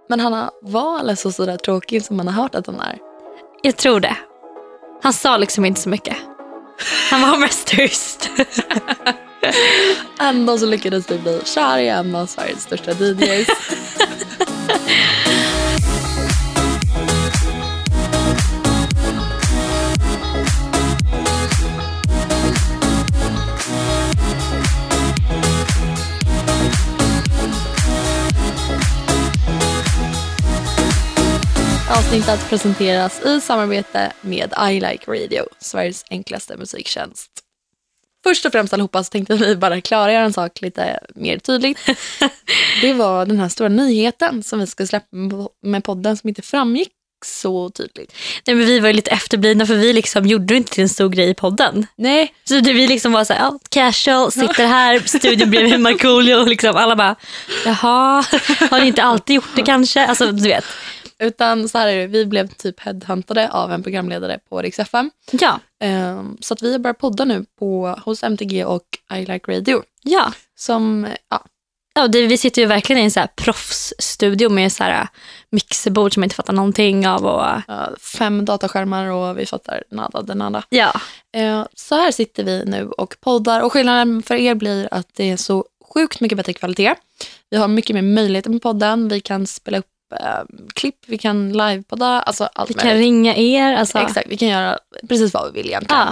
Men han var eller så där tråkig som man har hört att han är? Jag tror det. Han sa liksom inte så mycket. Han var mest tyst. Ändå så lyckades du bli kär i en av Sveriges största DJs. Avsnittet presenteras i samarbete med I Like Radio, Sveriges enklaste musiktjänst. Först och främst allihopa så tänkte vi bara klargöra en sak lite mer tydligt. Det var den här stora nyheten som vi ska släppa med podden som inte framgick så tydligt. Nej, men vi var ju lite efterblivna för vi liksom gjorde inte till en stor grej i podden. Nej. Så vi liksom var så här, casual, sitter här, studion bredvid Markoolio och liksom alla bara, jaha, har ni inte alltid gjort det kanske? Alltså du vet. Utan så här är det, vi blev typ headhuntade av en programledare på Rix FM. Ja. Så att vi börjar podda nu hos MTG och I Like Radio. Ja. Som, ja. Ja, vi sitter ju verkligen i en så här proffsstudio med så här mixerbord som jag inte fattar någonting av. Och 5 dataskärmar och vi fattar nada. Ja. Så här sitter vi nu och poddar. Och skillnaden för er blir att det är så sjukt mycket bättre kvalitet. Vi har mycket mer möjligheter med podden. Vi kan spela upp klipp, vi kan livepodda, alltså allt vi kan ringa er. Alltså. Exakt, vi kan göra precis vad vi vill egentligen.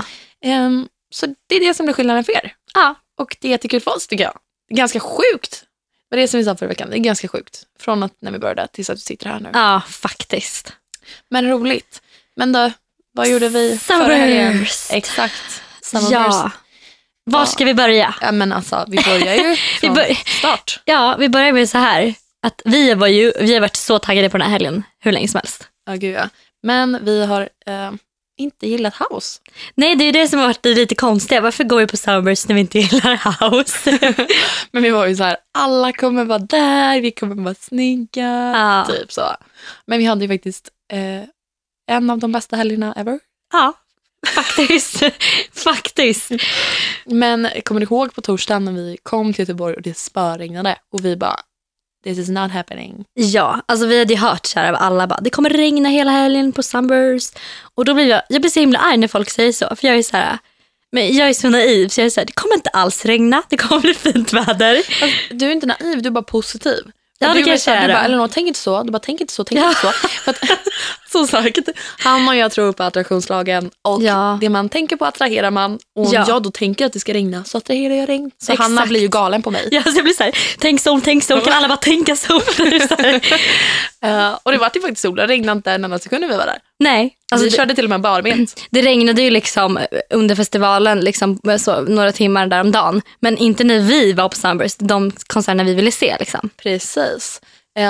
Så det är det som blir skillnaden för er. Och det är jättekul för oss tycker jag. Det är ganska sjukt. Det var det som vi sa förra veckan, det är ganska sjukt. Från att när vi började tills att vi sitter här nu. Ja, faktiskt. Men roligt. Men då, vad gjorde vi förra helgen? Exakt. Ja. Var ska vi börja? Ja, men alltså, vi börjar ju från start. Ja, vi börjar med så här. Att vi har varit så taggade på den här helgen hur länge som helst. Ja, gud ja. Men vi har inte gillat house. Nej, det är det som har varit lite konstigt. Varför går vi på Soundburst när vi inte gillar house? Men vi var ju så här, alla kommer vara där, vi kommer vara snygga, typ så. Men vi hade ju faktiskt en av de bästa helgerna ever. Ja, faktiskt. Faktiskt. Men kommer du ihåg på torsdagen när vi kom till Göteborg och det spöregnade och vi bara, this is not happening. Ja, alltså vi hade ju hört så här av alla bara, det kommer regna hela helgen på Sunburst. Och då blir jag blir så himla arg när folk säger så. För jag är så här, men jag är så naiv så jag är så här, det kommer inte alls regna, det kommer bli fint väder. Alltså, du är inte naiv, du är bara positiv. Ja, det kanske är det. Eller tänk inte så, du bara tänk inte så. För att, så säkert. Han och jag tror på attraktionslagen och det man tänker på attraherar man. Och om jag då tänker att det ska regna så attraherar jag regn. Så Hanna blir ju galen på mig. Ja, så jag blir så här, tänk sol, kan alla bara tänka sol? Och det var ju faktiskt sol, det regnade inte en annan sekund när vi var där. Nej. Alltså, vi körde till och med barbent. Det regnade ju liksom under festivalen liksom, så, några timmar där om dagen. Men inte när vi var på Sunburst, de konserterna vi ville se. Liksom. Precis.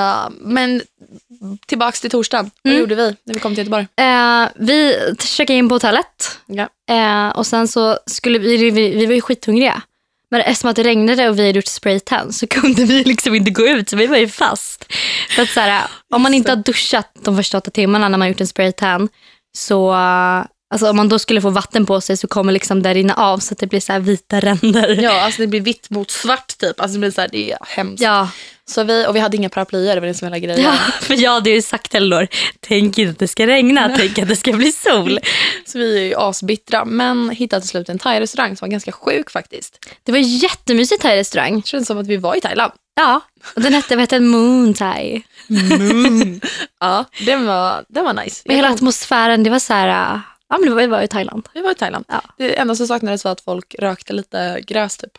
Men tillbaks till torsdagen. Vad gjorde vi när vi kom till Göteborg? Vi checkade in på hotellet. Ja. Och sen så skulle vi var ju skithungriga. Men eftersom att det regnade och vi hade gjort spraytan så kunde vi liksom inte gå ut. Så vi var ju fast. För att så här, om man inte har duschat de första 8 timmarna när man gjort en spraytan så... Alltså om man då skulle få vatten på sig så kommer liksom där rinna av så att det blir så här vita ränder. Ja, alltså det blir vitt mot svart typ. Alltså det blir så här, det är hemskt. Ja. Så vi hade inga paraplyer, det var det som hela grejen. Ja, för jag hade ju sagt till år, tänk inte att det ska regna, tänk att det ska bli sol. Så vi är ju asbittra, men hittade till slut en thai-restaurang som var ganska sjuk faktiskt. Det var en jättemysig thai-restaurang. Det känns som att vi var i Thailand. Ja, och den hette Moon Thai. Moon. Ja, den var nice. Men hela atmosfären, det var så här... Ja, men vi var i Thailand. Vi var i Thailand. Ja. Det enda som saknades var att folk rökte lite gräs typ.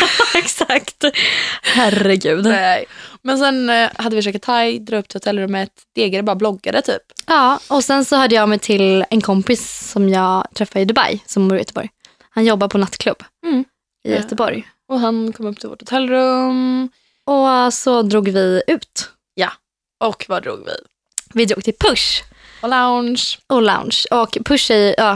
Exakt. Herregud. Nej. Men sen hade vi käkat thai, drog upp till hotellrummet. Degare bara bloggade typ. Ja, och sen så hade jag mig till en kompis som jag träffade i Dubai, som bor i Göteborg. Han jobbar på nattklubb i Göteborg. Och han kom upp till vårt hotellrum. Och så drog vi ut. Ja, och vad drog vi? Vi drog till Push. Och lounge. Och Push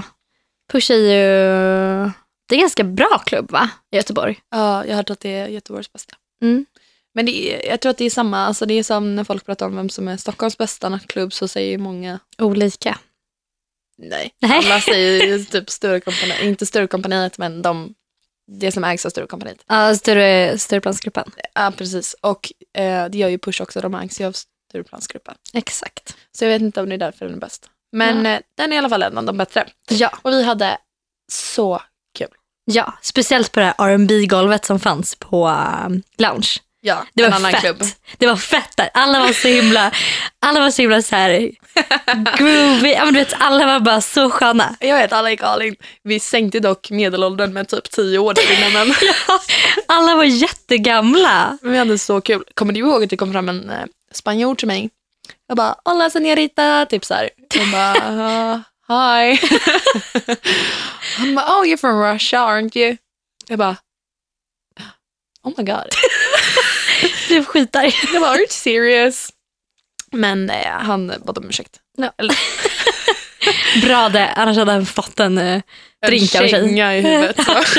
är ju... Det är en ganska bra klubb va? I Göteborg. Ja, jag har hört att det är Göteborgs bästa. Mm. Men jag tror att det är samma. Alltså det är som när folk pratar om vem som är Stockholms bästa nattklubb så säger ju många... Olika. Nej. Alla säger ju typ Sturecompagniet. Inte Sturecompagniet men det som ägs av Sturecompagniet. Ja, Stureplansgruppen. Ja, precis. Och det gör ju Push också. De ägs ju av Stureplansgruppen. Exakt. Så jag vet inte om det är därför den är bäst. Men den är i alla fall en av de bättre. Ja. Och vi hade så kul. Ja, speciellt på det här R&B-golvet som fanns på lounge. Ja, Det en var annan fett. klubb. Det var fett där. Alla var så himla så här groovy. Ja, men du vet, alla var bara så sköna. Jag vet, alla gick all in. Vi sänkte dock medelåldern med typ 10 år där inne. Men Alla var jättegamla. vi hade så kul. Kommer du ihåg att det kom fram en spanjor till mig? Jag bara, hola señorita, typ så här. Jag bara, hi. Han bara, oh you're from Russia, aren't you? Jag bara, oh my god. Du blev skitarg. Jag bara, are you serious? Men han bad om ursäkt. Ja. Bra det, annars hade han fått en drink av En sig. känga i huvudet.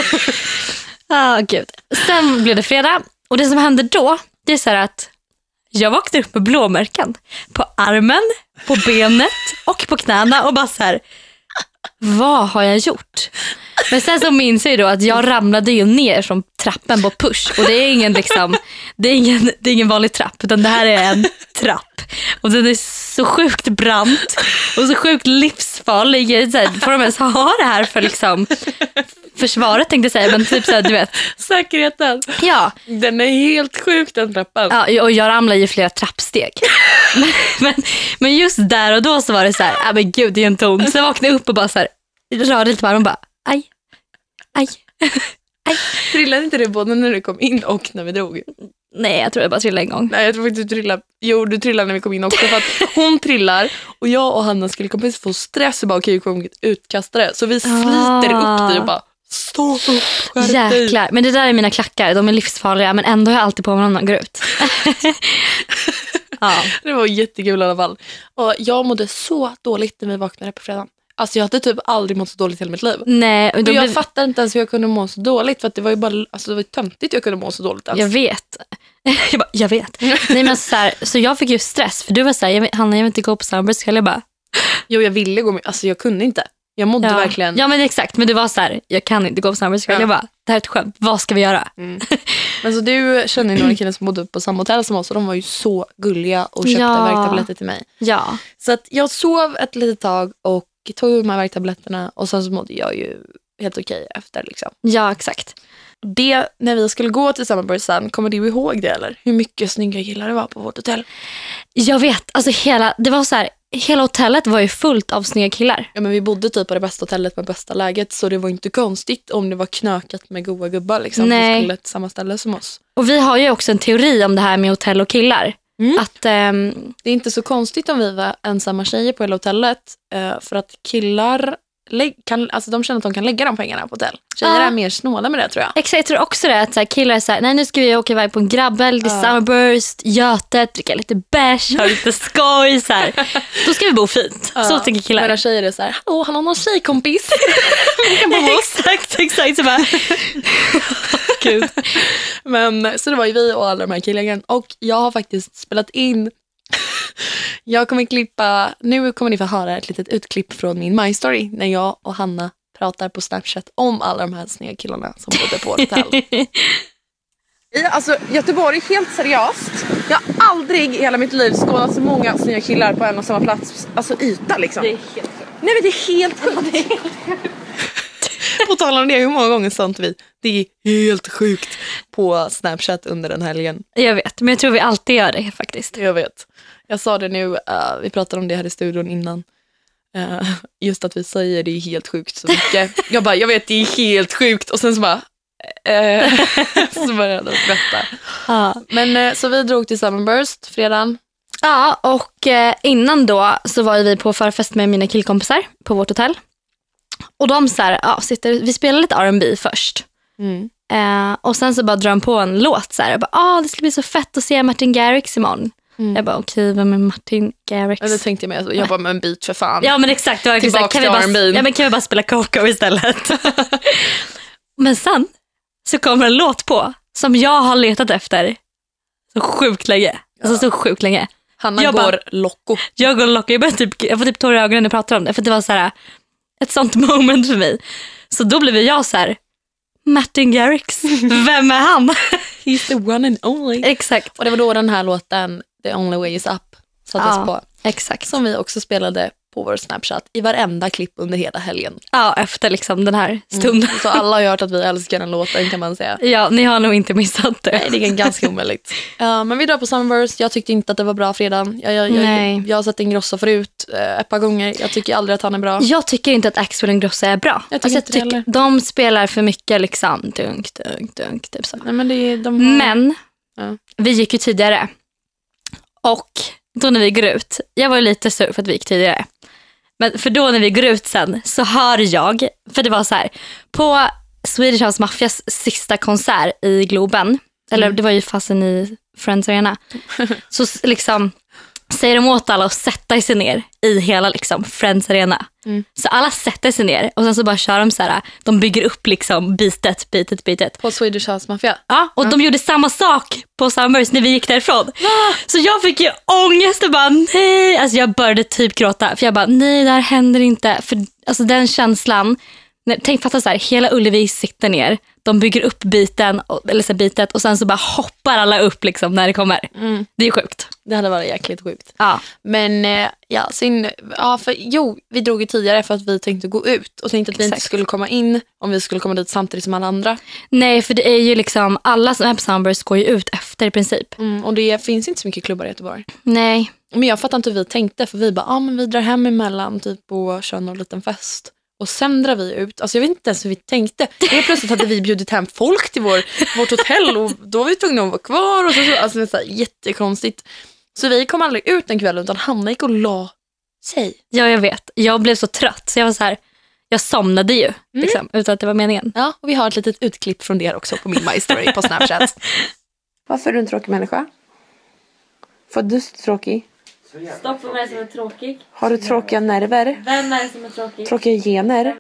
Gud. Sen blev det fredag och det som hände då, det är så här att jag vaknade upp med blåmärken på armen, på benet och på knäna och bara så här, vad har jag gjort? Men sen så minns jag ju då att jag ramlade ju ner från trappen på push och det är ingen liksom, det är ingen vanlig trapp utan det här är en trapp och den är så sjukt brant och så sjukt livsfarlig. Så här, får de ens ha det här för liksom försvaret tänkte jag säga, men typ så här, du vet. Säkerheten. Ja. Den är helt sjuk den trappan. Ja, och jag ramlade ju flera trappsteg. men just där och då så var det så här, men gud det är inte ont. Så jag vaknade upp och bara så här, rörde lite på armen och bara, aj. Trillade inte det både när du kom in och när vi drog? Nej, jag tror jag bara trillade en gång. Nej, jag tror faktiskt du trillade. Jo, du trillade när vi kom in också. För att hon trillar och jag och Hanna skulle komma få stress och bara, okej, vi kommer utkastare. Så vi sliter upp dig och bara, stå upp, skärp dig. Jäklar, men det där är mina klackar. De är livsfarliga, men ändå har jag alltid på mig när de går ut. Ja. Det var jättekul i alla fall. Och jag mådde så dåligt när vi vaknade på fredagen. Alltså jag hade typ aldrig mått så dåligt i hela mitt liv. Nej, och jag fattar inte ens hur jag kunde må så dåligt. För att det var ju bara, alltså det var ju töntigt jag kunde må så dåligt. Alltså. Jag vet. jag vet. Nej, men så jag fick ju stress. För du var så här, Hanna jag vill inte gå på Summerburst. Jag bara, jo, jag ville gå med. Alltså jag kunde inte. Jag mådde verkligen. Ja men exakt, men du var så här, jag kan inte gå på Summerburst. Jag bara, det här är ett skämt, vad ska vi göra? Men så du känner ju några killar som bodde på samma hotell som oss. Och de var ju så gulliga och köpte värktabletter till mig. Ja. Så att jag sov ett litet tag och tog de här värktabletterna. Och sen så mådde jag ju helt okej efter liksom. Ja, exakt. Det, när vi skulle gå till Summerburst sen, kommer du ihåg det eller? Hur mycket snygga killar det var på vårt hotell? Jag vet, alltså det var så här, hela hotellet var ju fullt av snygga killar. Ja, men vi bodde typ på det bästa hotellet med bästa läget. Så det var inte konstigt om det var knökat med goa gubbar liksom. Nej. Som skulle till samma ställe som oss. Och vi har ju också en teori om det här med hotell och killar. Att, det är inte så konstigt om vi var ensamma tjejer på hela hotellet. För att killar alltså de känner att de kan lägga de pengarna på hotell. Tjejer är mer snåla med det tror jag. Exakt, jag tror också det. Att så här, killar är så här, nej nu ska vi åka iväg på en grabbel, till Summerburst, Götet, dricka lite bärs, ha lite skoj. Så här. Då ska vi bo fint. Så tänker killar. Medan tjejer är så här, han har någon tjejkompis. Exakt. Så bara, Gud. Men så det var ju vi och alla de här killarna. Och jag har faktiskt spelat in. Jag kommer klippa. Nu kommer ni få höra ett litet utklipp från min My Story. När jag och Hanna pratar på Snapchat om alla de här snygga killarna som bodde på hotell. Alltså Göteborg, helt seriöst. Jag har aldrig i hela mitt liv skådat så många snygga killar på en och samma plats. Alltså yta liksom. det är helt sjukt. Nej men det är helt sjukt. På tal om det, hur många gånger sånt vi? Det är helt sjukt på Snapchat under den helgen. Jag vet, men jag tror vi alltid gör det faktiskt. Jag vet. Jag sa det nu, vi pratade om det här i studion innan. Just att vi säger det är helt sjukt så mycket. Jag bara, jag vet det är helt sjukt. Och sen så bara, så började jag berätta. Men så vi drog till Summerburst fredagen. Ja, och innan då så var vi på förfest med mina killkompisar på vårt hotell. Och de så här, vi spelade lite R&B först. Och sen så bara drar de på en låt så här. Jag bara, det ska bli så fett att se Martin Garrix imorgon. Jag bara, okej, vem är Martin Garrix? Ja, det tänkte jag med. Jag bara, med en beat för fan. Ja, men exakt. Det var tillbaka kan till vi bara spela Coco istället? Men sen så kommer en låt på som jag har letat efter så sjukt länge. Alltså så sjukt länge. Hanna går loco. Jag går loco. Jag får typ tårar i ögonen när jag pratar om det. För det var så här, ett sånt moment för mig. Så då blev jag så här, Martin Garrix, vem är han? He's the one and only. Exakt. Och det var då den här låten The Only Way Is Up sattes på. Exakt. Som vi också spelade på vår Snapchat i varenda klipp under hela helgen. Ja, efter liksom den här stunden. Så alla har hört att vi älskar den låten, kan man säga. Ja, ni har nog inte missat det. Nej, det är ganska omöjligt. Men vi drar på Summerburst. Jag tyckte inte att det var bra fredag. Jag har sett Ingrosso förut ett par gånger. Jag tycker aldrig att han är bra. Jag tycker inte att Axel Ingrosso är bra. Jag tycker de spelar för mycket liksom dunk, typ så. Nej, men vi gick ju tidigare. Och då när vi går ut, jag var lite sur för att vi gick tidigare. Men för då när vi går ut sen så hör jag, för det var så här, på Swedish House Mafias sista konsert i Globen, eller det var ju fasen i Friends Arena, så liksom säger de åt alla att sätta sig ner i hela liksom Friends Arena. Så alla sätter sig ner och sen så bara kör de så här, de bygger upp liksom bitet. På Swedish House Mafia? Ja, och de gjorde samma sak på Summerburst när vi gick därifrån. Så jag fick ju ångest och bara nej. Alltså jag började typ gråta för jag bara nej, det här händer inte. För alltså den känslan, fatta så här, hela Ullevi sitter ner. De bygger upp bitet och sen så bara hoppar alla upp liksom när det kommer. Det är sjukt. Det hade varit jäkligt sjukt. Ja. Men vi drog ju tidigare för att vi tänkte gå ut och tänkte att vi inte skulle komma in om vi skulle komma dit samtidigt som alla andra. Nej, för det är ju liksom alla som är på Summerburst går ju ut efter i princip. Och det finns inte så mycket klubbar i Göteborg. Nej. Men jag fattar inte hur vi tänkte, för vi bara, men vi drar hem emellan typ och kör någon liten fest. Och sen drar vi ut. Alltså jag vet inte ens hur vi tänkte. Helt plötsligt hade vi bjudit hem folk till vårt hotell och då var vi tvungna att vara kvar. Och alltså det är så här jättekonstigt. Så vi kom aldrig ut den kvällen utan Hanna gick och la sig. Ja, jag vet. Jag blev så trött så jag var så här, jag somnade ju liksom, utan att det var meningen. Ja, och vi har ett litet utklipp från det också på min My Story på Snapchat. Varför är du en tråkig människa? För du är tråkig. Stopp, vem är det som är tråkig? Har du tråkiga nerver? Vem är det som är tråkig? Tråkiga gener?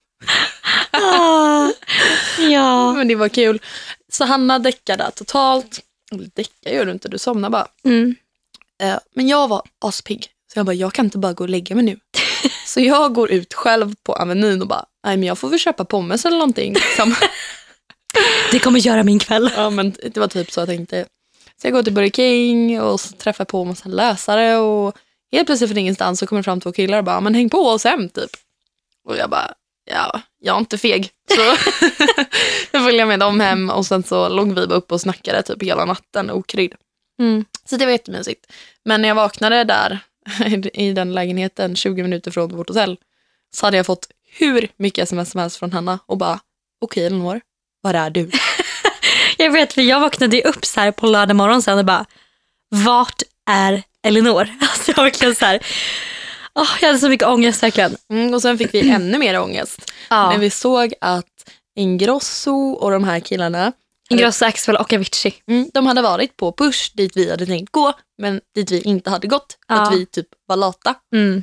Ja. Men det var kul. Så Hanna däckade totalt. Däckar gör du inte, du somnar bara. Men jag var aspigg. Så jag bara, jag kan inte bara gå och lägga mig nu. Så jag går ut själv på Avenyn och bara, nej men jag får väl köpa pommes eller någonting. Liksom. Det kommer göra min kväll. Ja, men det var typ så jag tänkte. Så jag går till Burger King och så träffar jag på en massa läsare och helt plötsligt från ingenstans så kommer fram 2 killar och bara, men häng på oss hem typ. Och jag bara, ja, jag är inte feg. Så jag följde med dem hem och sen så låg vi bara uppe och snackade typ hela natten okrydd. Så det var jättemysigt. Men när jag vaknade där i den lägenheten 20 minuter från vårt hotell så hade jag fått hur mycket sms som helst från Hanna och bara, okej Elinor, var är du? Jag vet, för jag vaknade upp så här på lördag morgon sen och bara, vart är Elinor? Alltså jag var verkligen så här, jag hade så mycket ångest verkligen. Och sen fick vi ännu mer ångest när vi såg att Ingrosso och de här killarna, Ingrosso, Axel och Avicii, de hade varit på Push dit vi hade tänkt gå, men dit vi inte hade gått för att vi typ var lata.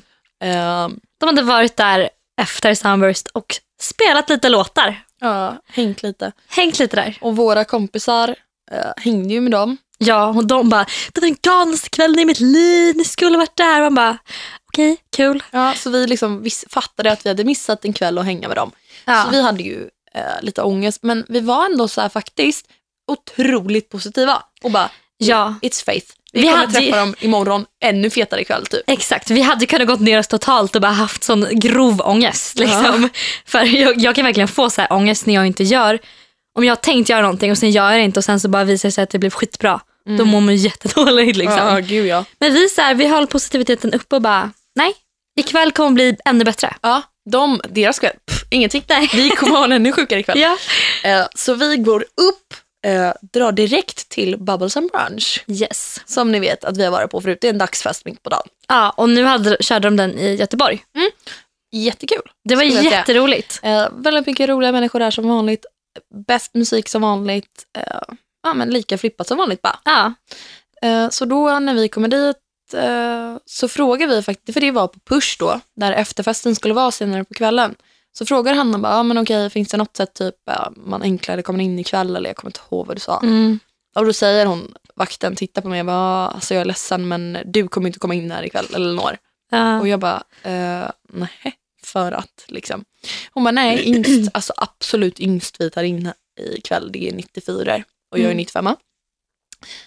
De hade varit där efter Summerburst och spelat lite låtar. Ja, hängt lite där. Och våra kompisar hängde ju med dem. Ja, och de bara, det var den galnaste kvällen i mitt liv, ni skulle varit där. Man bara, okej, kul. Ja, så vi liksom fattade att vi hade missat en kväll att hänga med dem. Så vi hade ju lite ångest, men vi var ändå så här faktiskt otroligt positiva. Och bara, it's faith. Vi kommer träffa dem imorgon ännu fetare kväll typ. Exakt, vi hade kunnat gått ner oss totalt och bara haft sån grov ångest liksom. För jag kan verkligen få så här ångest när jag inte gör. Om jag har tänkt göra någonting och sen gör jag det inte och sen så bara visar det sig att det blev skitbra. Då mår man jättedåligt liksom. Gud, ja. Men vi höll positiviteten uppe och bara, nej, ikväll kommer bli ännu bättre. Ja, deras kväll, ingenting. Nej. Vi kommer ha en ännu sjukare kväll. Så vi går upp, drar direkt till Bubbles and Brunch. Yes. Som ni vet att vi har varit på förut. Det är en dagsfest mitt på dagen. Ja, och nu körde de den i Göteborg. Jättekul. Det var jätteroligt. Väldigt mycket roliga människor där som vanligt. Bäst musik som vanligt. Men lika flippat som vanligt bara. Ja. Så då när vi kommer dit så frågar vi faktiskt, för det var på Push då, där efterfesten skulle vara senare på kvällen. Så frågar Hanna bara, men okej, finns det något sätt typ man enklare kommer in ikväll, eller jag kommer inte ihåg vad du sa. Och då säger hon, vakten tittar på mig och bara, alltså jag är ledsen men du kommer inte komma in här ikväll eller några. Och jag bara, nej, för att liksom. Hon bara, nej, yngst, alltså absolut yngst vi tar in ikväll, det är 94 och jag är 95.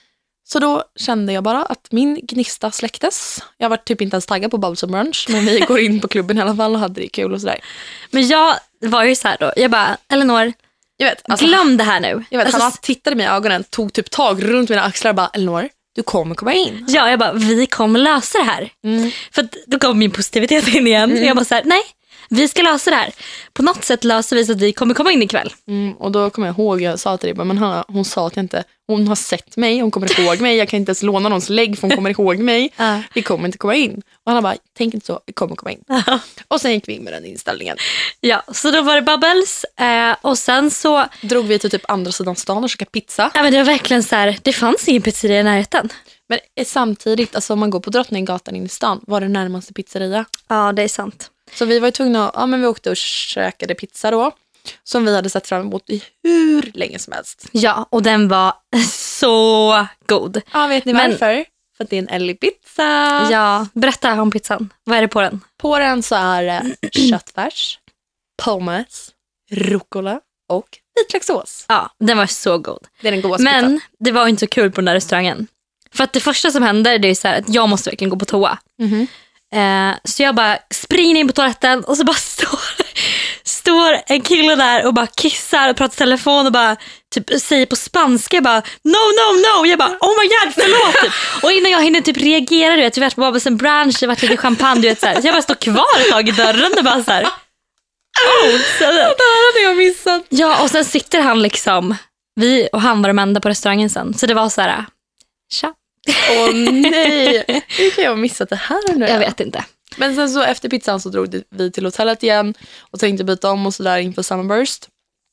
Så då kände jag bara att min gnista släcktes. Jag var typ inte ens taggad på Bubbles och Brunch, men vi går in på klubben i alla fall och hade det kul och sådär. Men jag var ju så här då. Jag bara, Elinor, Jag vet, alltså, glöm det här nu. Jag vet, alltså, han tittade mig i ögonen, tog typ tag runt mina axlar och bara, Elinor, du kommer komma in. Ja, jag bara, vi kommer lösa det här. För att då kom min positivitet in igen. Jag bara så här, nej, vi ska lösa det här. På något sätt löser vi så att vi kommer komma in ikväll. Och då kommer jag ihåg, jag sa till dig, men hon sa att jag inte, hon har sett mig, hon kommer ihåg mig, jag kan inte ens låna någons lägg för hon kommer ihåg mig. Vi kommer inte komma in. Och han bara, tänk inte så, vi kommer komma in. Och sen gick vi in med den inställningen. Ja, så då var det Bubbles och sen så drog vi till typ andra sidan stan och käkade pizza. Ja, men det var verkligen så här, det fanns ingen pizzeria i närheten. Men samtidigt, alltså om man går på Drottninggatan in i stan, var det närmaste pizzeria. Ja, det är sant. Så vi var ju tvungna, men vi åkte och käkade pizza då. Som vi hade sett fram emot i hur länge som helst. Ja, och den var så god. Ja, vet ni varför? För att det är en Ellie-pizza. Ja, berätta om pizzan. Vad är det på den? På den så är det köttfärs, pommes, rucola och vitlökssås. Ja, den var så god. Det är den godaste Men pizzan. det var inte så kul på den där restaurangen. För att det första som händer, det är så här att jag måste verkligen gå på toa. Så jag bara springer in på toaletten och så bara står en kille där och bara kissar och pratar i telefon och bara typ säger på spanska bara no. Jag bara oh my god, förlåt typ. Och innan jag hinner typ reagera, du vet, vi var på Bubbles and Brunch, det var lite champagne, du vet, så här. Så jag bara står kvar ett tag i dörren och bara så här. Så det hade jag missat. Ja, och sen sitter han liksom, vi och han var de enda på restaurangen sen. Så det var så här, tja. Åh nej, hur kan jag ha missat det här nu? Jag vet inte. Men sen så efter pizzan så drog vi till hotellet igen och tänkte byta om och sådär inför Summerburst.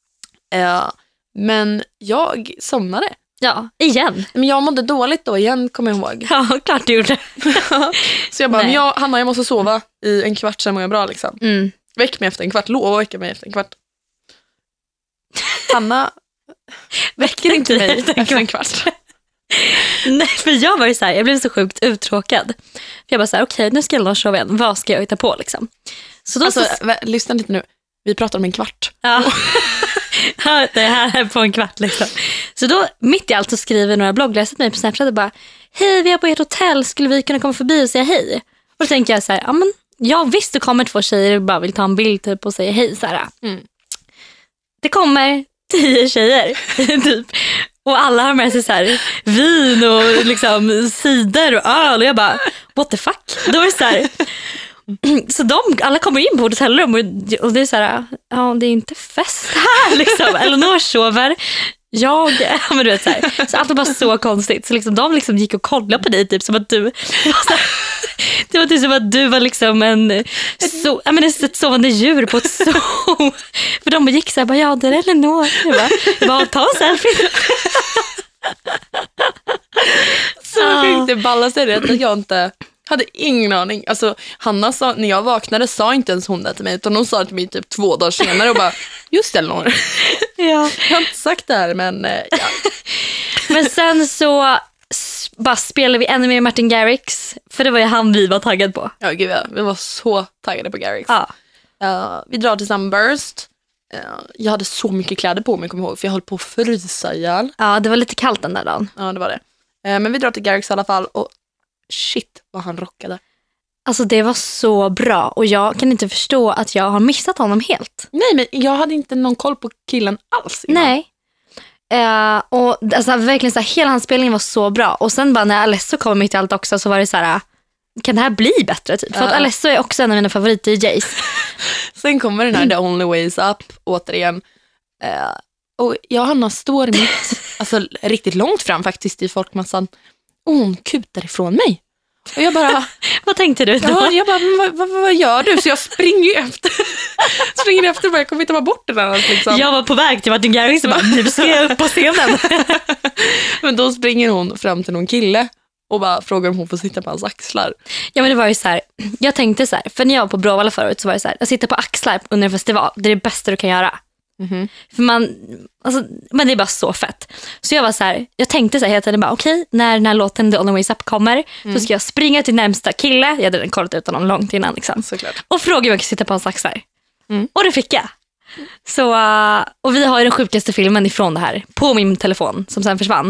Men jag somnade. Ja, igen. Men jag mådde dåligt då igen, kommer jag ihåg. Ja, klart du gjorde. Så jag bara, men Hanna, jag måste sova i en kvart, sen mår jag bra liksom. Väck mig efter en kvart, lova väcka mig efter en kvart. Hanna väcker inte mig efter en kvart. Nej, för jag var ju så här, jag blev så sjukt uttråkad. Jag bara så här, okej, nu ska jag sova igen. Vad ska jag hitta på liksom? Så då lyssna lite nu. Vi pratar om en kvart. Ja. Det här är på en kvart liksom. Så då, mitt i allt, så skriver några bloggläsare till mig på Snapchat och bara, hej, vi är på ert hotell, skulle vi kunna komma förbi och säga hej? Och då tänker jag så här, ja visst, det kommer 2 tjejer och bara vill ta en bild typ och säga hej så här. Det kommer 10 tjejer typ. Och alla har med sig så här vin och liksom cider och öl. Och jag bara, what the fuck? Då är det så här. Så alla kommer in på hotellrum och det är så här, ja, det är inte fest här liksom. Elinor sover. Men du vet så här. Så allt var bara så konstigt. Så liksom, de liksom gick och kollade på dig typ som att du det var typ som att du var liksom ett sovande djur på ett zoo. För de gick så här, bara, ja, det är Elinor. Jag bara ta en selfie. Så sjukt, det ballaste är det att jag inte hade ingen aning. Alltså Hanna sa, när jag vaknade sa inte ens hon det till mig, utan hon sa det till mig typ 2 dagar senare och bara, just det, Elinor. Ja. Jag har inte sagt det här, men ja. Men sen så bara spelade vi ännu mer Martin Garrix, för det var ju han vi var taggad på. Ja, gud, vi var så taggade på Garrix. Vi drar till Sunburst. Jag hade så mycket kläder på mig, kommer jag ihåg, för jag höll på att frysa ihjäl. Ja, det var lite kallt den där dagen. Ja, det var det. Men vi drar till Garrix i alla fall, och shit vad han rockade. Alltså det var så bra, och jag kan inte förstå att jag har missat honom helt. Nej, men jag hade inte någon koll på killen alls innan. Nej. Och alltså, verkligen så här, hela hans spelning var så bra. Och sen bara när Alesso kom mitt i allt också, så var det så här, kan det här bli bättre typ? För att Alesso är också en av mina favorit-DJs. Sen kommer den här The Only Ways Up återigen. Och jag och Hanna står mitt, alltså riktigt långt fram faktiskt i folkmassan. Och hon kutar ifrån mig. Och jag bara, vad tänkte du då? Ja, jag bara, vad gör du? Så jag springer efter. Och bara, jag kommer inte vara bort den här liksom. Jag var på väg till Martin Garrix och bara, nu ska jag upp på scenen. Men då springer hon fram till någon kille och bara frågar om hon får sitta på hans axlar. Ja, men det var ju så här, jag tänkte så här, för när jag var på Bråvalla förut så var det så här, att sitta på axlar under en festival, det är det bästa du kan göra. För men det är bara så fett. Så jag var så här, jag tänkte så här hela tiden bara, okej, när den här låten The Only Ways Up kommer, så ska jag springa till närmsta kille. Jag hade den kollat ut honom långt innan liksom. Såklart. Och fråga om jag kan sitta på hans axlar. Och det fick jag. Så, och vi har ju den sjukaste filmen ifrån det här på min telefon som sen försvann.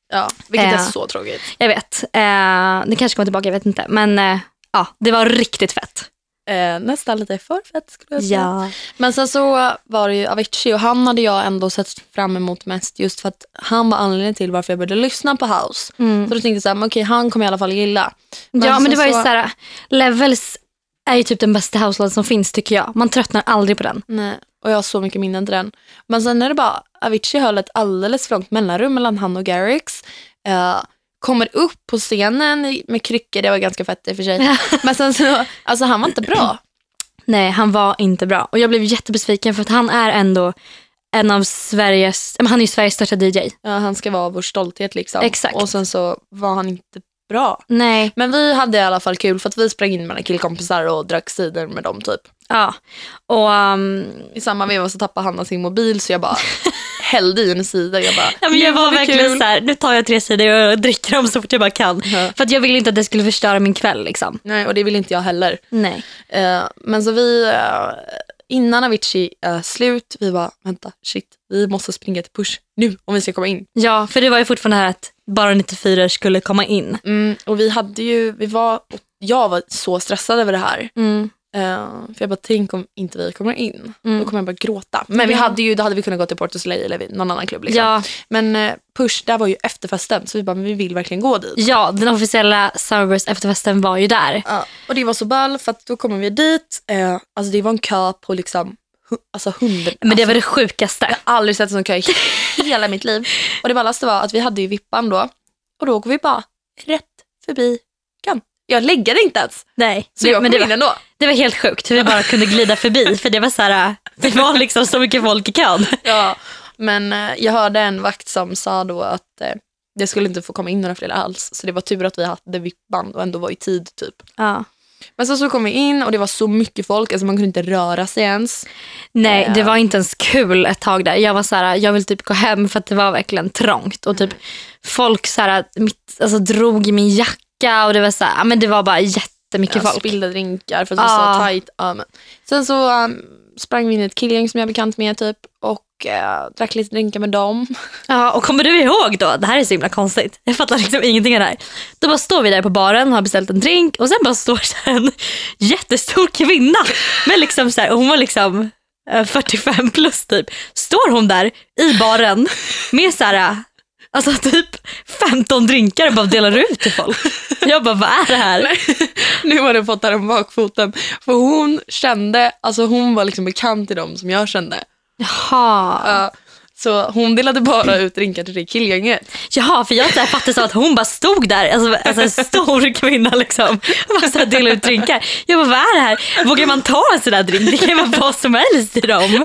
Ja, vilket är så tråkigt. Jag vet. Det kanske kommer tillbaka, jag vet inte. Men ja, det var riktigt fett. Nästan lite för fett skulle jag säga. Ja. Men sen så var det ju Avicii och han hade jag ändå sett fram emot mest just för att han var anledningen till varför jag började lyssna på house. Så då tänkte jag såhär, okej, han kommer jag i alla fall gilla. Men det var ju såhär, Levels är ju typ den bästa house-låten som finns tycker jag. Man tröttnar aldrig på den. Nej, och jag har så mycket minnen till den. Men sen är det bara, Avicii höll ett alldeles för långt mellanrum mellan han och Garrix. Kommer upp på scenen med kryckor, det var ganska fett i och för sig. Men sen så, alltså han var inte bra. Nej, han var inte bra. Och jag blev jättebesviken för att han är ändå en av Sveriges, han är ju Sveriges största DJ. Ja, han ska vara vår stolthet liksom. Exakt. Och sen så var han inte bra. Nej. Men vi hade i alla fall kul för att vi sprang in med mina killkompisar och drack cider med dem typ. Ja. Och i samma veva så tappade Hanna sin mobil så jag bara hällde i en cider. Jag bara, ja, men jag var verkligen så här, nu tar jag 3 cider och dricker dem så fort jag bara kan. För att jag ville inte att det skulle förstöra min kväll liksom. Nej, och det vill inte jag heller. Nej. Men så vi, innan Avicii slut, vi bara, vänta, shit, vi måste springa till Push nu om vi ska komma in. Ja, för det var ju fortfarande här att bara 94 skulle komma in. Och vi hade ju, jag var så stressad över det här. För jag bara, tänk om inte vi kommer in. Då kommer jag bara gråta. Men vi hade ju, då hade vi kunnat gå till Port of Soleil eller någon annan klubb liksom. Ja. Men Push, där var ju efterfesten. Så vi bara, men vi vill verkligen gå dit. Ja, den officiella Summerburst efterfesten var ju där. Ja, och det var så ball för att då kommer vi dit. Alltså det var en kö på liksom alltså 100. Men det var det sjukaste. Jag har aldrig sett en sån kö i hela mitt liv. Och det ballaste var att vi hade ju vippan då. Och då går vi bara rätt förbi kön. Jag läggade inte ens. Nej, så jag kom in ändå. Det var helt sjukt hur vi bara kunde glida förbi. För det var så här, det var liksom så mycket folk i kön. Ja, men jag hörde en vakt som sa då att det skulle inte få komma in några fler alls. Så det var tur att vi hade vippband och ändå var i tid typ. Ja. Men så kom vi in och det var så mycket folk. Alltså man kunde inte röra sig ens. Nej, det var inte ens kul ett tag där. Jag var så här, jag vill typ gå hem för att det var verkligen trångt. Och typ folk så här, alltså, drog i min jacka. Och det var så här, men det var bara jättemycket folk. Spillde drinkar för att det var så tajt. Men. Sen så sprang vi in i ett killgäng som jag är bekant med typ. Och drack lite drinkar med dem. Ja, och kommer du ihåg då? Det här är så himla konstigt. Jag fattar liksom ingenting av det här. Då bara står vi där på baren och har beställt en drink. Och sen bara står så här en jättestor kvinna. Men liksom så här, hon var liksom 45 plus typ. Står hon där i baren med så här, alltså typ 15 drinkar och bara delar ut till folk. Jag bara, vad är det här? Nej, nu har du fått där om bakfoten. För hon kände, alltså hon var liksom bekant till dem som jag kände. Jaha. Så hon delade bara ut drinkar till det killgänget. Jaha, för jag fattade så att hon bara stod där, alltså en stor kvinna liksom, och bara delade ut drinkar. Jag bara, vad är det här? Vågar man ta en sån där drink? Det kan ju vara vad som helst i dem.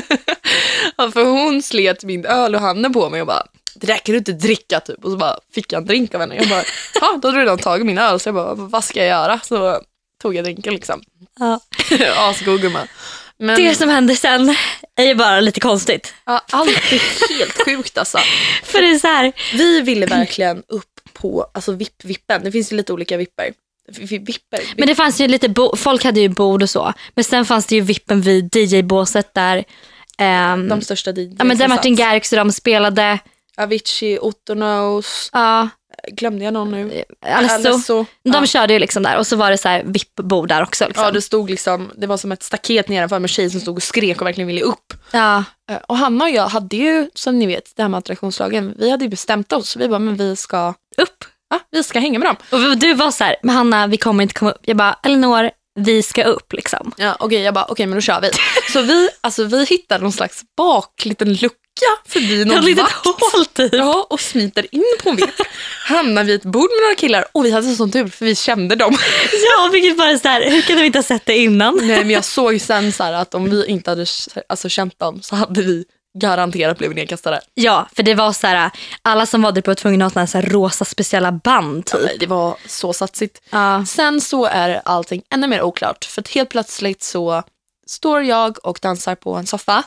Ja, för hon slet min öl och handen på mig och bara, det räcker du inte dricka typ. Och så bara fick jag en drink av henne. Jag bara, ja, då hade du redan tagit min öl. Så jag bara, vad ska jag göra? Så tog jag drinken liksom. Ja. Asgod gumma. Men det som hände sen är ju bara lite konstigt. Ja, allt är helt sjukt alltså. För det är så här, vi ville verkligen upp på alltså vippen. Det finns ju lite olika vipper. Men det fanns ju lite folk hade ju bord och så. Men sen fanns det ju vippen vid DJ-båset där de största DJs. Ja, men där Martin Garrix och de spelade. Avicii, Otto Knows. Ja. Glömde jag någon nu? Alesso. De körde ju liksom där. Och så var det så här VIP-bord där också liksom. Ja, det stod liksom, det var som ett staket nedanför med tjej som stod och skrek och verkligen ville upp. Ja. Och Hanna och jag hade ju, som ni vet, det här med attraktionslagen. Vi hade ju bestämt oss. Vi bara, men vi ska upp. Ja, vi ska hänga med dem. Och du var så här, men Hanna, vi kommer inte komma upp. Jag bara, Elinor, vi ska upp liksom. Ja, okej, jag bara, okej, men då kör vi. Så vi hittade någon slags liten lucka förbi någon litet vakt. hål typ. Ja, och smiter in på en vipp. Hamnar vid ett bord med några killar och vi hade sån tur för vi kände dem. Ja, vilket bara så här, hur kan vi inte ha sett det innan? Nej, men jag såg ju sen så här att om vi inte hade känt dem så hade vi garanterat blivit nedkastade. Ja, för det var så här, alla som var där på var tvungna att ha så här rosa speciella band typ. Ja, det var så satsigt. Ja. Sen så är allting ännu mer oklart. För att helt plötsligt så står jag och dansar på en soffa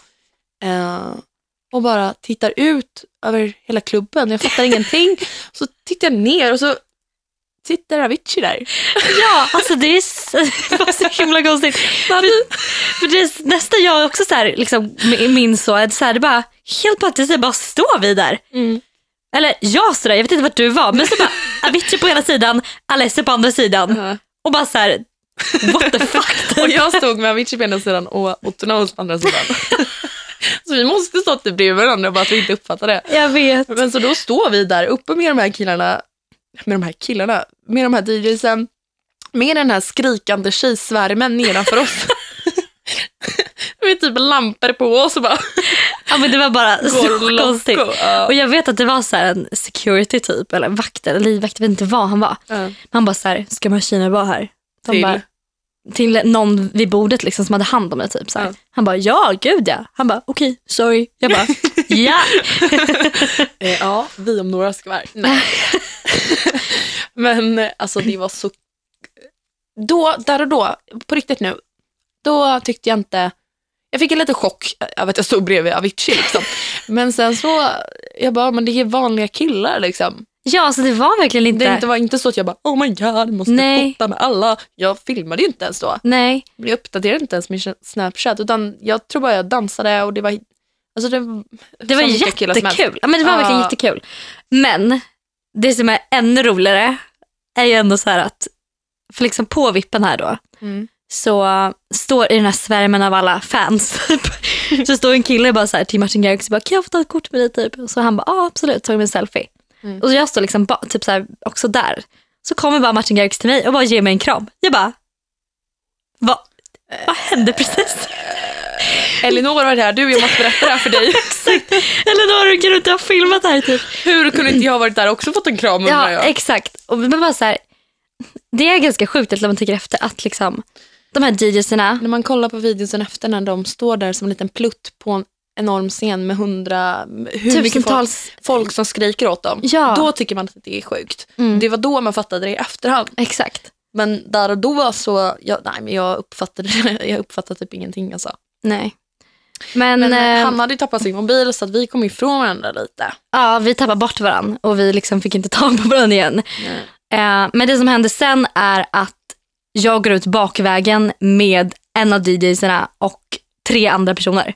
och bara tittar ut över hela klubben. Jag fattar ingenting. Så tittar jag ner och så sitter Avicii där. Ja, alltså det var så himla konstigt. För det nästan jag också så här, liksom, minns så att så här, det bara helt plötsligt bara står vi där. Eller jag sådär, jag vet inte vart du var. Men så bara Avicii på ena sidan, Alessia på andra sidan. Och bara så här, what the fuck. Och jag stod med Avicii på ena sidan och Otto Knows på andra sidan. Så vi måste stå typ bredvid varandra bara att vi inte uppfattar det. Jag vet. Men så då står vi där uppe med de här killarna, med de här DJsen, med den här skrikande tjejsvärmen nedanför oss. Med typ lampor på oss och bara... Ja, men det var bara så konstigt. Ja. Och jag vet att det var så här en security typ, eller vakt eller livvakt, jag vet inte vad han var. Han bara så här, ska Martina vara här? Till någon vid bordet liksom som hade hand om det typ så här. Han bara, ja gud ja. Han bara, okej, sorry. Jag bara, ja. Ja, vi om några skvär. Nej. Men alltså det var så... Där och då, på riktigt nu, då tyckte jag inte... Jag fick en liten chock av att jag stod bredvid Avicii liksom. Men sen så, jag bara, men det är vanliga killar liksom. Ja, alltså det var verkligen inte... Det var inte så att jag bara, oh my god, måste fota med alla. Jag filmade ju inte ens då. Nej. Jag uppdaterade inte ens min Snapchat, utan jag tror bara jag dansade och det var... Alltså det var jättekul. Ja, men det var verkligen jättekul. Men det som är ännu roligare är ju ändå så här att, för liksom på vippen här då, så står i den här svärmen av alla fans så står en kille bara så här till Martin Garrix och bara, kan jag få ta ett kort med dig typ? Och så han bara, ja absolut, tog mig en selfie. Och så jag står liksom typ så här också där. Så kommer bara Martin Garrix till mig och bara ger mig en kram. Jag bara, vad hände precis? Elinor var det här, jag måste berätta det här för dig. Exakt. Elinor, kan du inte ha filmat här typ? Hur kunde inte jag ha varit där och också fått en kram? Ja, exakt. Och men bara så här, det är ganska sjukt att man tänker efter att liksom de här DJsarna, när man kollar på videon efter när de står där som en liten plutt på en enorm scen med tusentals folk som skriker åt dem, då tycker man att det är sjukt. Det var då man fattade det i efterhand. Exakt. Men där och då så jag uppfattade typ ingenting alltså. Nej. Men han hade ju tappat sin mobil så att vi kom ifrån varandra lite. Ja, vi tappade bort varandra och vi liksom fick inte tag på varandra igen. Men det som hände sen är att jag går ut bakvägen med en av DJsarna och 3 andra personer.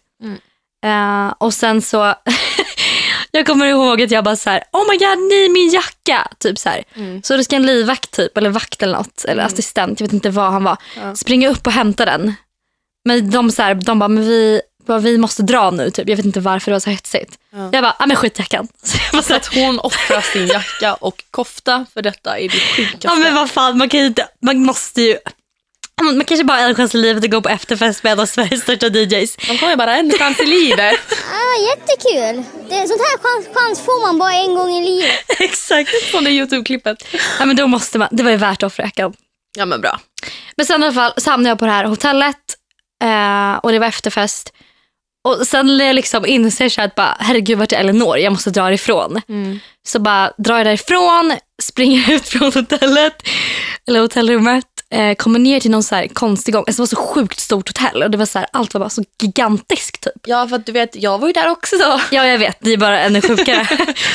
Och sen så jag kommer ihåg att jag bara så här, oh my god, nej, min jacka typ så här. Så det ska en livvakt typ, eller vakt eller något, eller assistent, jag vet inte vad han var, springa upp och hämta den. Men de bara, men vi måste dra nu typ. Jag vet inte varför det var så hetsigt. Jag bara, men skitjackan. Så att hon offrar sin jacka och kofta för detta är det sjukaste. Ja, men vad fan, man måste ju, man kanske bara har en chans i livet att gå på efterfest med en av Sveriges största DJs. Man har ju bara en chans i livet. Ja, jättekul. Sånt här chans får man bara en gång i livet. Exakt. Från det YouTube-klippet. Ja, men då måste man, det var ju värt att offra jackan. Ja, men bra. Men sen i alla fall så hamnade jag på det här hotellet. Och det var efterfest. Och sen liksom inser jag att bara, herregud, vart är Elinor? Jag måste dra ifrån. Så bara drar jag därifrån, springer ut från hotellet eller hotellrummet, kommer ner till någon så här konstig gång. Alltså det var så sjukt stort hotell och det var så här, allt var bara så gigantiskt typ. Ja, för att du vet, jag var ju där också då. Ja, jag vet, det är bara ännu sjukare.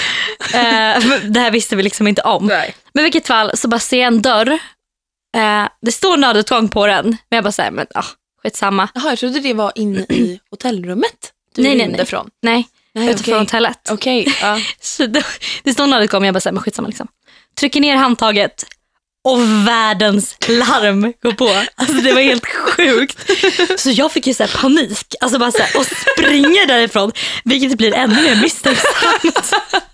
Det här visste vi liksom inte om. Nej. Men i vilket fall så bara ser jag en dörr. Det står nödutgång på den. Men jag bara säger, men skitsamma. Jaha, jag trodde det var inne i hotellrummet. Nej. Från. Nej, utifrån hotellet. Okej. Så det står nödutgång, jag bara säger, men skitsamma liksom. Trycker ner handtaget och världens larm går på. Alltså det var helt sjukt. Så jag fick ju så här panik. Alltså bara så här, och springer därifrån. Vilket blir ännu mer misstänksamt.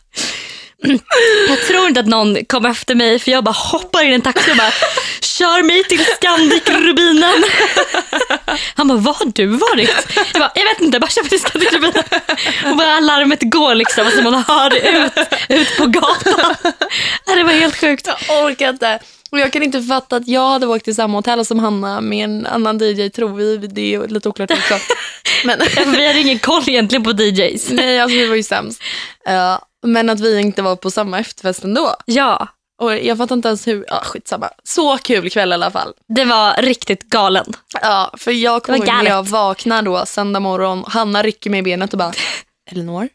Jag tror inte att någon kom efter mig, för jag bara hoppar i en taxi och bara kör mig till Scandic-Rubinen. Han bara, var har du varit? Jag vet inte, bara kör mig till Scandic-Rubinen. Och bara alarmet går liksom, alltså man hör det ut på gatan. Det var helt sjukt. Jag orkar inte. Och jag kan inte fatta att jag hade åkt till samma hotell som Hanna med en annan DJ, tror vi. Det är lite oklart också. Men vi hade ingen koll egentligen på DJs. Nej, alltså vi var ju sämst. Men att vi inte var på samma efterfest ändå. Ja. Och jag fattar inte ens hur, skitsamma. Så kul kväll i alla fall. Det var riktigt galen. Ja, för jag kommer när jag vaknar då söndag morgon. Hanna rycker mig i benet och bara, Elinor?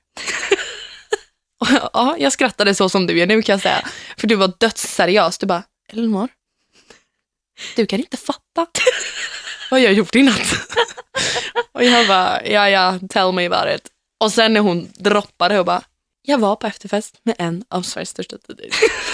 Ja, jag skrattade så som du är nu kan jag säga. För du var dödsseriös. Du bara, Elinor? Du kan inte fatta. Vad jag gjort i natt. Och jag bara, ja, tell me about it. Och sen när hon droppade och bara, Jag var på efterfest med en av Sveriges största DJs.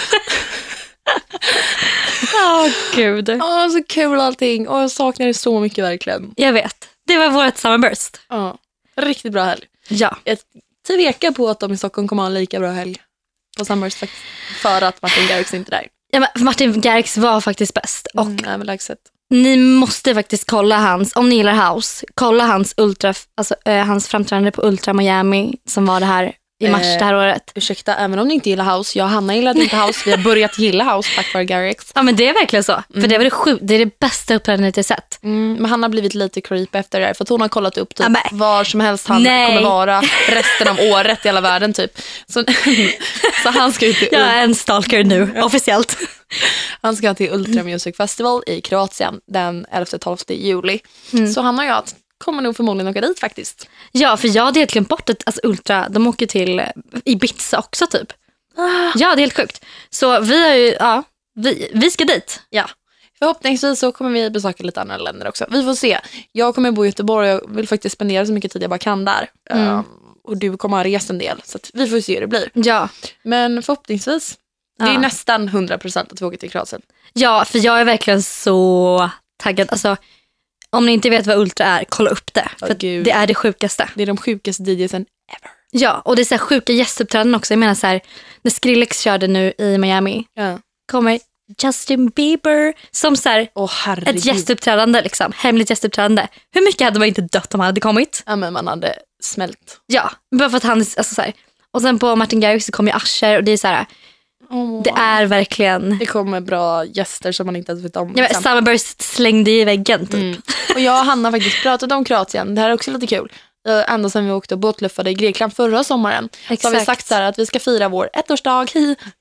Gud. Så kul allting. Och jag saknar det så mycket verkligen. Jag vet. Det var vårt summerburst. Riktigt bra helg. Ja. Jag tvekar på att de i Stockholm kommer ha en lika bra helg på Summerburst faktiskt. För att Martin Garrix inte är där. Ja, men Martin Garrix var faktiskt bäst. Och överlägset. ni måste faktiskt kolla hans, om ni gillar house, kolla hans hans framträdande på Ultra Miami som var det här i mars det här året. Ursäkta, även om ni inte gillar house, jag och Hanna gillade inte house, vi har börjat gilla house tack vare Garrix. Ja, men det är verkligen så. För det var det är det bästa uppträdandet jag sett. Men han har blivit lite creep efter det här, för att hon har kollat upp typ var som helst han kommer vara resten av året i hela världen typ. Så han ska ju till jag är en stalker nu, officiellt. Han ska till Ultra Music Festival i Kroatien den 11-12 juli. Så han och jag kommer nog förmodligen åka dit faktiskt. Ja, för jag hade helt glömt bort att Ultra, de åker till Ibiza också typ. Ja, det är helt sjukt. Så vi har ju, vi ska dit. Ja, förhoppningsvis så kommer vi besöka lite andra länder också. Vi får se. Jag kommer bo i Göteborg och jag vill faktiskt spendera så mycket tid jag bara kan där. Och du kommer ha rest en del, så att vi får se hur det blir. Ja. Men förhoppningsvis, det är nästan 100% att vi åker till Kroatien. Ja, för jag är verkligen så taggad. Alltså, om ni inte vet vad Ultra är, kolla upp det. För det är det sjukaste. Det är de sjukaste DJsen ever. Ja, och det är så här sjuka gästuppträdanden också. Jag menar så här, när Skrillex körde nu i Miami, kommer Justin Bieber som så här, ett gästuppträdande liksom, hemligt gästuppträdande. Hur mycket hade man inte dött om han hade kommit? Ja, men man hade smält. Ja, bara för att han, alltså så här. Och sen på Martin Garrix så kom ju Usher och det är så här, det är verkligen... Det kommer bra gäster som man inte ens vet om. Ja, liksom. Summerburst slängde i väggen typ. Och jag och Hanna har faktiskt pratat om Kroatien. Det här är också lite kul. Ända sedan vi åkte och båtluffade i Grekland förra sommaren. Exakt. Så har vi sagt så här att vi ska fira vår 1-årsdag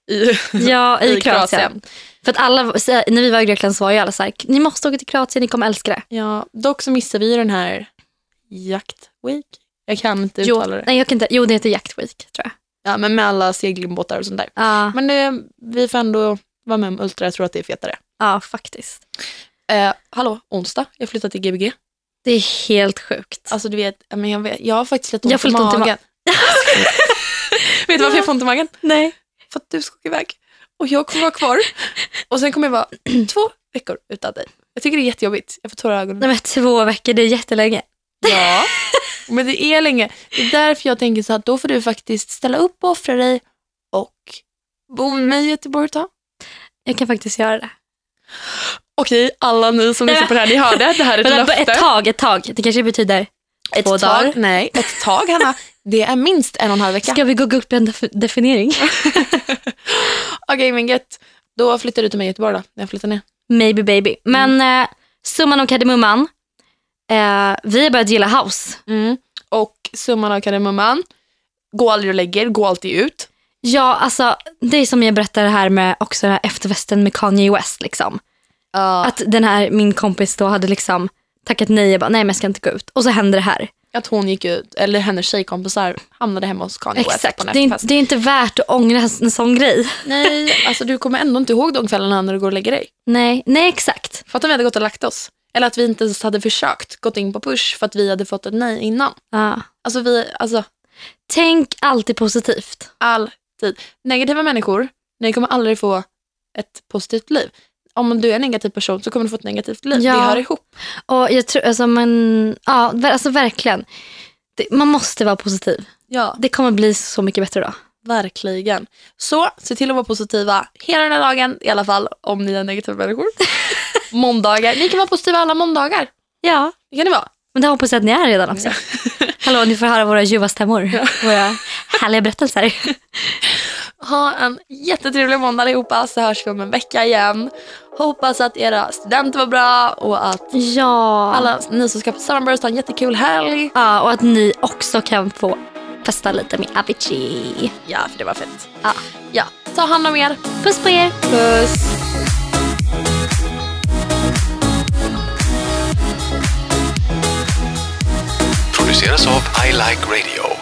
i Kroatien. För att alla, när vi var i Grekland så var ju alla så här, ni måste åka till Kroatien, ni kommer älska det. Ja, dock så missar vi ju den här Yacht Week. Jag kan inte uttala det. Nej, jag kan inte. Jo, det heter Yacht Week, tror jag. Ja, men med alla segelbåtar och sånt där. Men vi får ändå vara med om Ultra. Jag tror att det är fetare. Ja, faktiskt. Hallå, onsdag. Jag flyttar till Gbg. Det är helt sjukt. Alltså du vet, jag har faktiskt lite ont i magen. Vet du varför jag får ont i magen? Nej. För att du ska åka iväg. Och jag kommer vara kvar. Och sen kommer jag vara 2 veckor utan dig. Jag tycker det är jättejobbigt. Jag får tårar i ögonen. Nej, men 2 veckor, det är jättelänge. Ja, men det är länge. Det är därför jag tänker så att då får du faktiskt ställa upp och offra dig och bo med mig i Göteborg då. Jag kan faktiskt göra det. Okej, alla ni som lyssnar på det här, ni hörde. Det här är ett löfte. Ett tag. Det kanske betyder 2 dagar. Nej, ett tag, Hanna. Det är minst 1,5 vecka. Ska vi gå upp en definiering? Okej, men gött. Då flyttar du till mig i Göteborg då, när jag flyttar ner. Maybe baby. Men summan av kardemumman. Vi har börjat gilla house. Och summan av kardemumman, gå aldrig och lägger, gå alltid ut. Ja, alltså det är som jag berättade här med också den här efterfesten med Kanye West liksom. Att den här, min kompis då hade liksom tackat nej, jag bara, nej men jag ska inte gå ut. Och så hände det här. Att hon gick ut, eller hennes tjejkompisar hamnade hemma hos Kanye West på en efterfest. Det är inte värt att ångra en sån grej. Nej, alltså du kommer ändå inte ihåg de kvällarna när du går och lägger dig. Nej, exakt. För att vi hade gått och lagt oss. Eller att vi inte ens hade försökt gått in på push för att vi hade fått ett nej innan. Alltså, tänk alltid positivt. Alltid. Negativa människor, ni kommer aldrig få ett positivt liv. Om du är en negativ person så kommer du få ett negativt liv. Ja. Det hör ihop. Och jag tror, alltså verkligen. Man måste vara positiv. Ja. Det kommer bli så mycket bättre då. Verkligen. Så se till att vara positiva hela den här dagen. I alla fall om ni är negativa människor. Måndagar. Ni kan vara positiva alla måndagar. Ja, det kan ni vara. Men det hoppas jag att ni är redan också. Hallå, ni får höra våra ljuva stämmor. Ja. Våra härliga berättelser. Ha en jättetrevlig måndag allihopa, så hörs vi om en vecka igen. Hoppas att era studenter var bra och att alla ni som ska på Summerburst har en jättekul helg. Ja, och att ni också kan få festa lite med Avicii. Ja, för det var fett. Ja. Ta hand om er. Puss på er. Puss. Produceras av I Like Radio.